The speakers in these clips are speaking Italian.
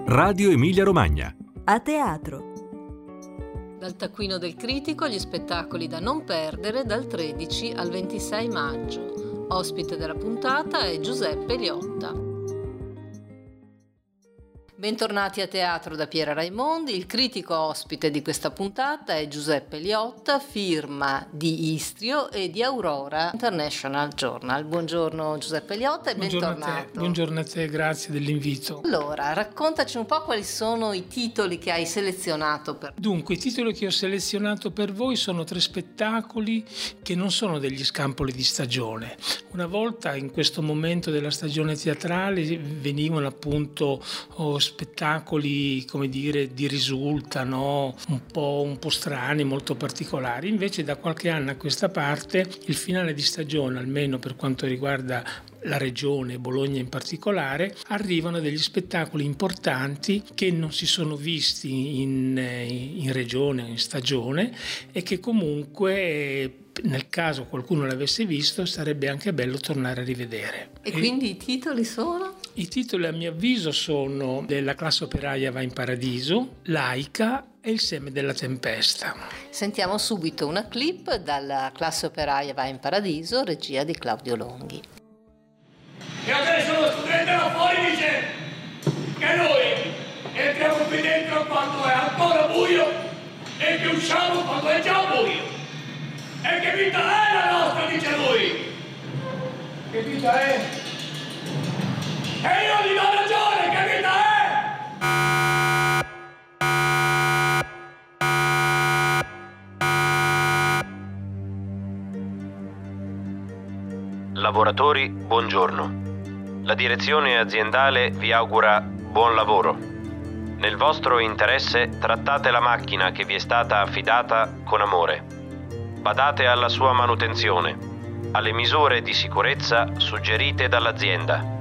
Radio Emilia Romagna. A teatro. Dal taccuino del critico gli spettacoli da non perdere dal 13 al 26 maggio. Ospite della puntata è Giuseppe Liotta. Bentornati a teatro da Piera Raimondi. Il critico ospite di questa puntata è Giuseppe Liotta, firma di Istrio e di Aurora International Journal. Buongiorno Giuseppe Liotta e bentornato. Buongiorno a te, grazie dell'invito. Allora, raccontaci un po' quali sono i titoli che hai selezionato per noi. Dunque, i titoli che ho selezionato per voi sono 3 spettacoli che non sono degli scampoli di stagione. Una volta, in questo momento della stagione teatrale, venivano appunto spettacoli, come dire, di risulta, no? un po' strani, molto particolari. Invece da qualche anno a questa parte il finale di stagione, almeno per quanto riguarda la regione, Bologna in particolare, arrivano degli spettacoli importanti che non si sono visti in regione o in stagione e che comunque, nel caso qualcuno l'avesse visto, sarebbe anche bello tornare a rivedere. E quindi i titoli sono? I titoli, a mio avviso, sono La classe operaia va in paradiso, Laica e Il seme della tempesta. Sentiamo subito una clip dalla classe operaia va in paradiso, regia di Claudio Longhi. E adesso lo studente là fuori dice che noi entriamo qui dentro quando è ancora buio e che usciamo quando è già buio. E che vita è la nostra, dice lui. Che vita è? E io gli do ragione, che vita è? Lavoratori, buongiorno. La direzione aziendale vi augura buon lavoro. Nel vostro interesse trattate la macchina che vi è stata affidata con amore. Badate alla sua manutenzione, alle misure di sicurezza suggerite dall'azienda.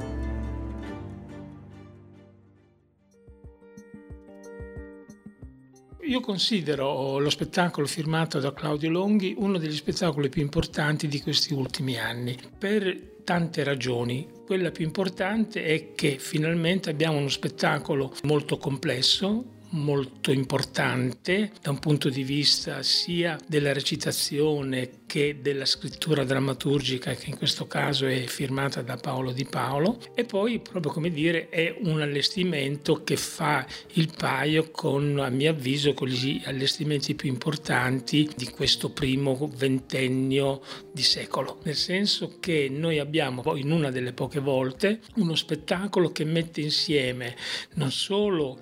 Io considero lo spettacolo firmato da Claudio Longhi uno degli spettacoli più importanti di questi ultimi anni, per tante ragioni. Quella più importante è che finalmente abbiamo uno spettacolo molto complesso, molto importante da un punto di vista sia della recitazione che della scrittura drammaturgica, che in questo caso è firmata da Paolo Di Paolo, e poi proprio, come dire, è un allestimento che fa il paio con, a mio avviso, con gli allestimenti più importanti di questo primo ventennio di secolo, nel senso che noi abbiamo poi, in una delle poche volte, uno spettacolo che mette insieme non solo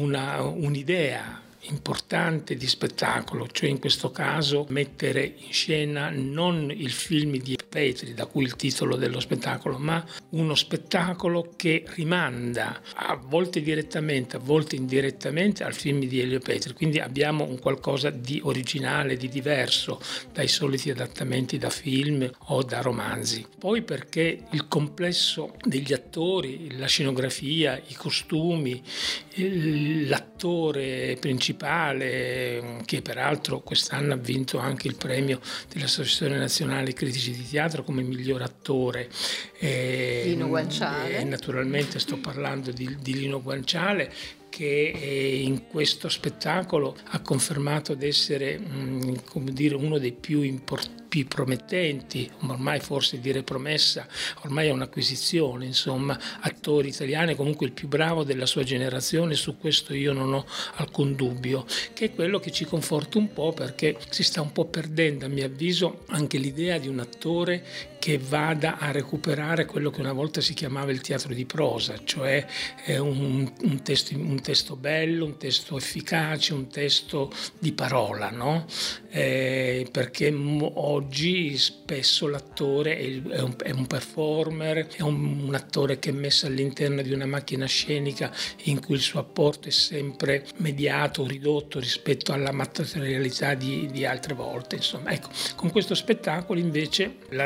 un'idea importante di spettacolo, cioè in questo caso mettere in scena non il film di Petri, da cui il titolo dello spettacolo, ma uno spettacolo che rimanda a volte direttamente, a volte indirettamente al film di Elio Petri. Quindi abbiamo un qualcosa di originale, di diverso dai soliti adattamenti da film o da romanzi. Poi perché il complesso degli attori, la scenografia, i costumi, l'attore principale, che peraltro quest'anno ha vinto anche il premio dell'Associazione Nazionale Critici di Teatro come miglior attore, Lino Guanciale. Naturalmente sto parlando di Lino Guanciale, che in questo spettacolo ha confermato di essere, come dire, uno dei più promettenti, ormai forse dire promessa, ormai è un'acquisizione, insomma, attori italiani, comunque il più bravo della sua generazione, su questo io non ho alcun dubbio, che è quello che ci conforta un po', perché si sta un po' perdendo, a mio avviso, anche l'idea di un attore che vada a recuperare quello che una volta si chiamava il teatro di prosa, cioè un testo bello, un testo efficace, un testo di parola, no? Perché oggi spesso l'attore è un performer, è un attore che è messo all'interno di una macchina scenica in cui il suo apporto è sempre mediato, ridotto rispetto alla materialità di altre volte. Insomma, ecco, con questo spettacolo invece l'attore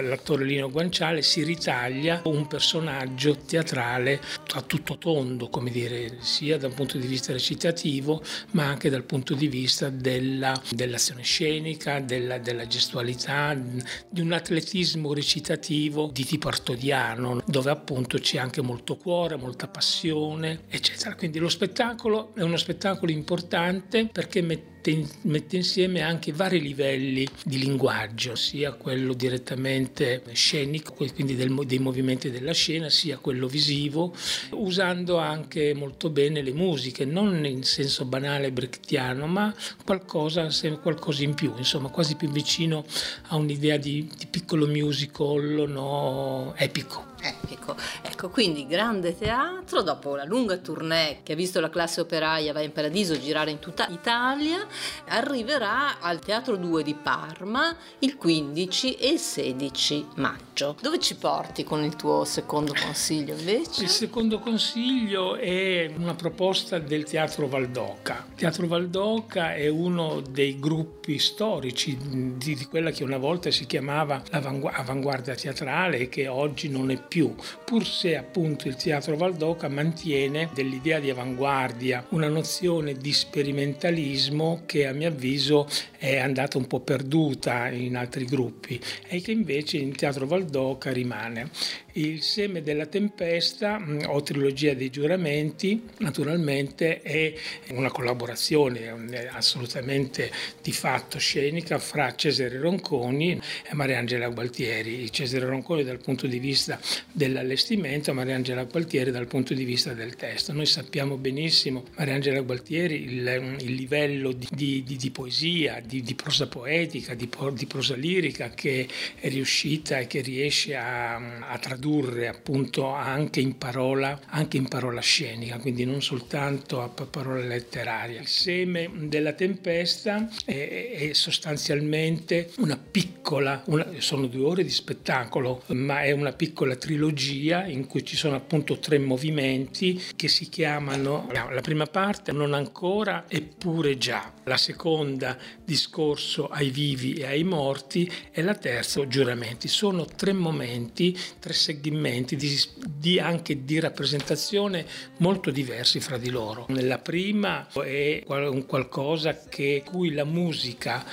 Lino Guanciale si ritaglia un personaggio teatrale a tutto tondo, come dire, sia dal punto di vista recitativo ma anche dal punto di vista dell'azione scenica, della gestualità, di un atletismo recitativo di tipo artodiano, dove appunto c'è anche molto cuore, molta passione, eccetera. Quindi lo spettacolo è uno spettacolo importante perché mette insieme anche vari livelli di linguaggio, sia quello direttamente scenico, quindi dei movimenti della scena, sia quello visivo, usando anche molto bene le musiche, non in senso banale brechtiano, ma qualcosa in più, insomma quasi più vicino a un'idea di piccolo musical, no, epico. Ecco, quindi grande teatro, dopo la lunga tournée che ha visto la classe operaia Va in Paradiso girare in tutta Italia, arriverà al Teatro 2 di Parma il 15 e il 16 maggio. Dove ci porti con il tuo secondo consiglio invece? Il secondo consiglio è una proposta del Teatro Valdoca. Il Teatro Valdoca è uno dei gruppi storici di quella che una volta si chiamava avanguardia teatrale e che oggi non è più, pur se appunto il Teatro Valdoca mantiene dell'idea di avanguardia, una nozione di sperimentalismo che a mio avviso è andata un po' perduta in altri gruppi e che invece in Teatro Valdoca rimane. Il seme della tempesta o trilogia dei giuramenti naturalmente è una collaborazione assolutamente di fatto scenica fra Cesare Ronconi e Mariangela Gualtieri. Cesare Ronconi dal punto di vista dell'allestimento e Mariangela Gualtieri dal punto di vista del testo. Noi sappiamo benissimo Mariangela Gualtieri il livello di poesia, di prosa poetica, di prosa lirica che è riuscita e che riesce a tradurre appunto anche in parola scenica, quindi non soltanto a parola letteraria. Il seme della tempesta è sostanzialmente sono 2 ore di spettacolo, ma è una piccola trilogia in cui ci sono appunto 3 movimenti che si chiamano, la prima parte Non ancora eppure già, la seconda Discorso ai vivi e ai morti e la terza Giuramenti. Sono 3 momenti, 3 segmenti anche di rappresentazione molto diversi fra di loro. Nella prima è un qualcosa cui la musica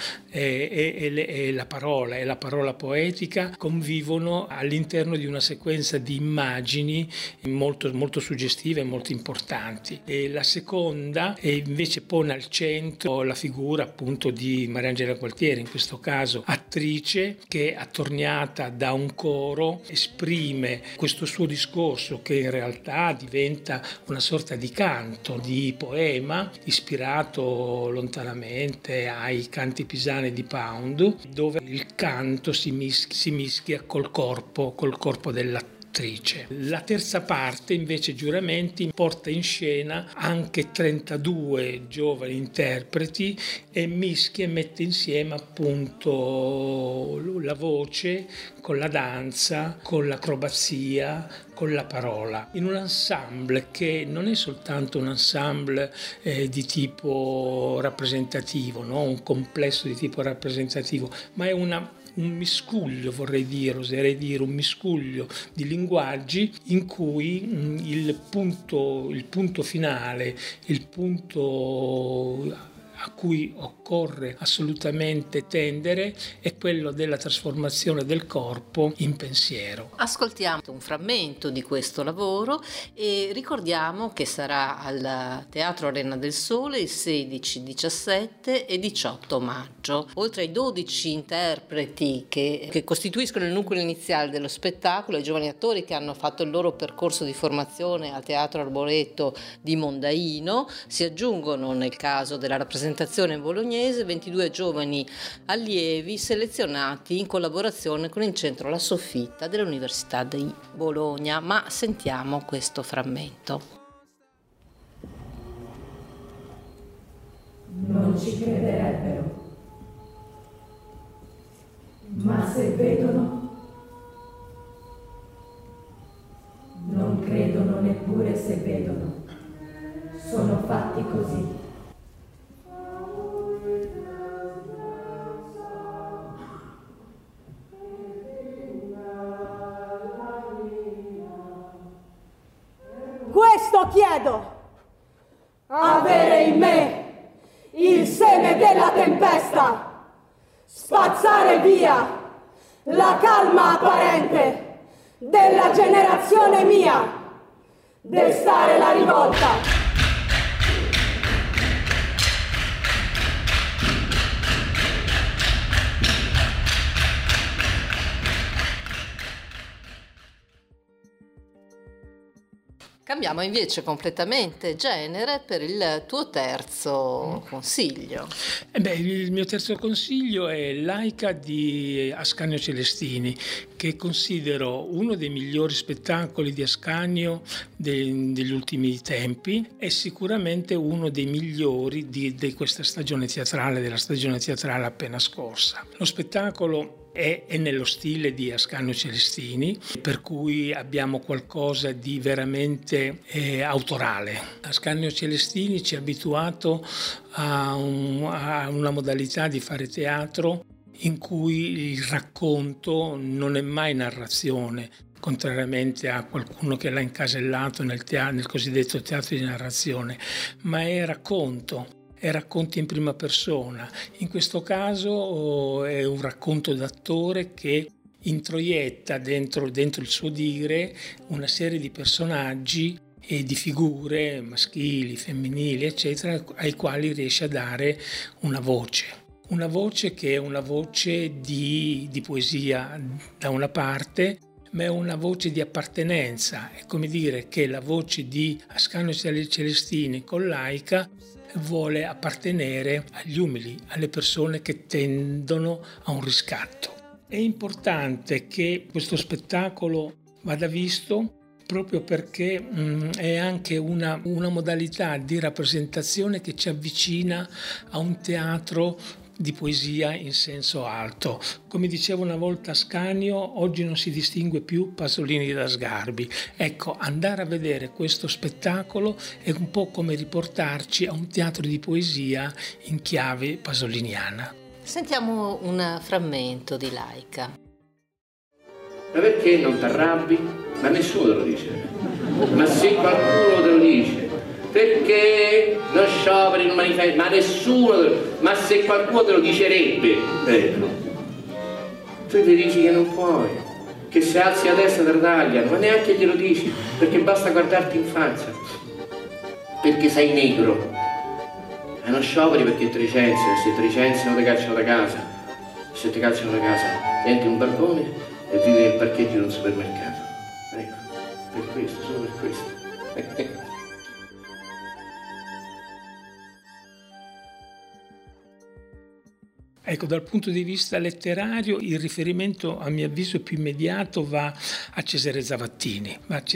e la parola poetica convivono all'interno di una sequenza di immagini molto, molto suggestive e molto importanti. E la seconda invece pone al centro la figura appunto di Mariangela Gualtieri, in questo caso attrice che attorniata da un coro esprime questo suo discorso che in realtà diventa una sorta di canto, di poema ispirato lontanamente ai canti pisani di Pound, dove il canto si mischia col corpo dell'attrice. La terza parte invece Giuramenti porta in scena anche 32 giovani interpreti e mischia e mette insieme appunto la voce con la danza, con l'acrobazia, con la parola, in un ensemble che non è soltanto un ensemble di tipo rappresentativo, no? Un complesso di tipo rappresentativo, ma è un miscuglio, oserei dire un miscuglio di linguaggi in cui il punto finale, il punto a cui occorre assolutamente tendere è quello della trasformazione del corpo in pensiero. Ascoltiamo un frammento di questo lavoro e ricordiamo che sarà al Teatro Arena del Sole il 16, 17 e 18 maggio. Oltre ai 12 interpreti che costituiscono il nucleo iniziale dello spettacolo, i giovani attori che hanno fatto il loro percorso di formazione al Teatro Arboreto di Mondaino, si aggiungono nel caso della rappresentazione bolognese 22 giovani allievi selezionati in collaborazione con il centro La Soffitta dell'Università di Bologna. Ma sentiamo questo frammento. Non ci crederebbero, ma se vedono, non credono neppure se vedono. Sono fatti così. questo chiedo. Avere in me il seme della tempesta, spazzare via la calma apparente della generazione mia, destare la rivolta. Cambiamo invece completamente genere per il tuo terzo consiglio. Il mio terzo consiglio è Laika di Ascanio Celestini, che considero uno dei migliori spettacoli di Ascanio degli ultimi tempi e sicuramente uno dei migliori di questa stagione teatrale, della stagione teatrale appena scorsa. Lo spettacolo è nello stile di Ascanio Celestini, per cui abbiamo qualcosa di veramente autorale. Ascanio Celestini ci ha abituato a una modalità di fare teatro in cui il racconto non è mai narrazione, contrariamente a qualcuno che l'ha incasellato nel cosiddetto teatro di narrazione, ma è racconto. E racconti in prima persona. In questo caso è un racconto d'attore che introietta dentro il suo dire una serie di personaggi e di figure maschili, femminili, eccetera, ai quali riesce a dare una voce. Una voce che è una voce di poesia da una parte, ma è una voce di appartenenza. È come dire che la voce di Ascanio Celestini con Laika vuole appartenere agli umili, alle persone che tendono a un riscatto. È importante che questo spettacolo vada visto proprio perché è anche una modalità di rappresentazione che ci avvicina a un teatro di poesia in senso alto. Come diceva una volta Ascanio, oggi non si distingue più Pasolini da Sgarbi. Ecco, andare a vedere questo spettacolo è un po' come riportarci a un teatro di poesia in chiave pasoliniana. Sentiamo un frammento di Laika. Ma perché non t'arrabbi? Ma nessuno te lo dice. Ma se qualcuno te lo dice, perché non scioperi, non manifesti, ma nessuno, ma se qualcuno te lo dicerebbe, ecco, tu ti dici che non puoi, che se alzi la testa te la tagliano, ma neanche glielo dici, perché basta guardarti in faccia, perché sei negro, e non scioperi perché ti licenziano, se ti licenziano ti cacciano da casa, se ti cacciano da casa entri in un balcone e vivi nel parcheggio di un supermercato, ecco, per questo, solo per questo. Ecco, dal punto di vista letterario il riferimento a mio avviso più immediato va a Cesare Zavattini,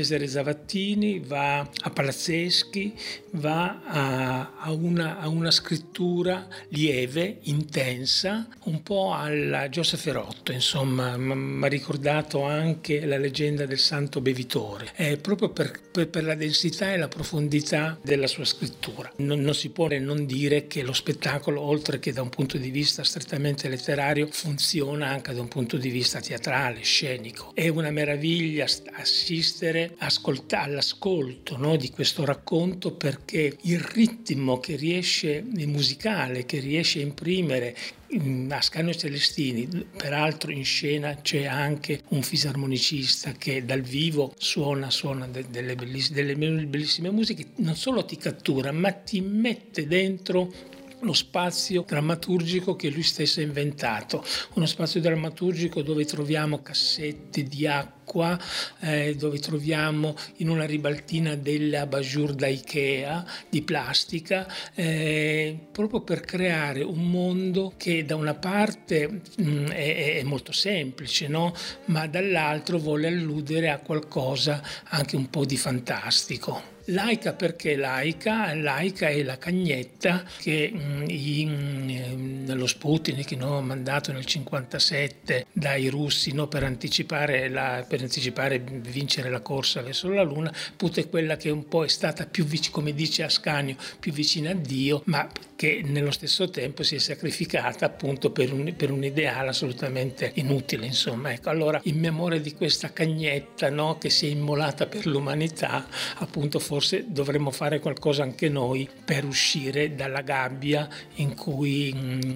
va a Palazzeschi, va a una scrittura lieve, intensa, un po' alla Giosef Rotto, insomma, mi ha ricordato anche la leggenda del Santo Bevitore, proprio per la densità e la profondità della sua scrittura. Non si può non dire che lo spettacolo, oltre che da un punto di vista strettamente letterario, funziona anche da un punto di vista teatrale, scenico. È una meraviglia assistere all'ascolto, no, di questo racconto, perché il ritmo che riesce, il musicale che riesce a imprimere Ascanio Celestini, peraltro in scena c'è anche un fisarmonicista che dal vivo suona delle bellissime musiche, non solo ti cattura ma ti mette dentro lo spazio drammaturgico che lui stesso ha inventato, uno spazio drammaturgico dove troviamo cassette di acqua, dove troviamo in una ribaltina delle abajur da Ikea di plastica, proprio per creare un mondo che da una parte è molto semplice, no? Ma dall'altro vuole alludere a qualcosa anche un po' di fantastico. Laika perché Laika è la cagnetta che nello Sputnik, no, mandato nel 1957 dai russi, no, per anticipare vincere la corsa verso la Luna, appunto è quella che un po' è stata più vicina, come dice Ascanio, più vicina a Dio, ma che nello stesso tempo si è sacrificata appunto per un ideale assolutamente inutile, insomma. Ecco, allora in memoria di questa cagnetta, no, che si è immolata per l'umanità, appunto forse dovremmo fare qualcosa anche noi per uscire dalla gabbia in cui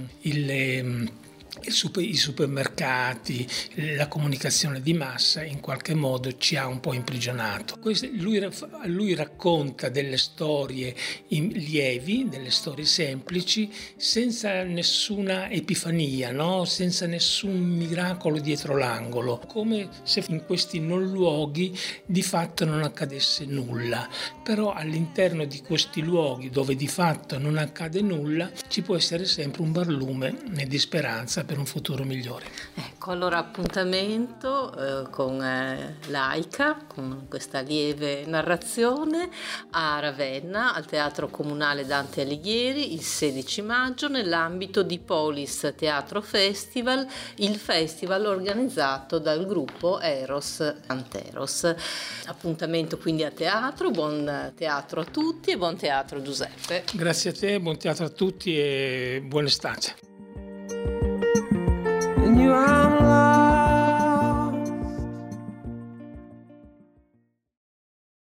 i supermercati, la comunicazione di massa in qualche modo ci ha un po' imprigionato. Lui racconta delle storie lievi, delle storie semplici, senza nessuna epifania, no? Senza nessun miracolo dietro l'angolo, come se in questi non luoghi di fatto non accadesse nulla. Però all'interno di questi luoghi dove di fatto non accade nulla ci può essere sempre un barlume di speranza per un futuro migliore. Ecco, allora appuntamento con Laika, con questa lieve narrazione a Ravenna, al Teatro Comunale Dante Alighieri, il 16 maggio nell'ambito di Polis Teatro Festival, il festival organizzato dal gruppo Eros Anteros. Appuntamento quindi a teatro, buon teatro a tutti e buon teatro Giuseppe. Grazie a te, buon teatro a tutti e buona estate. You are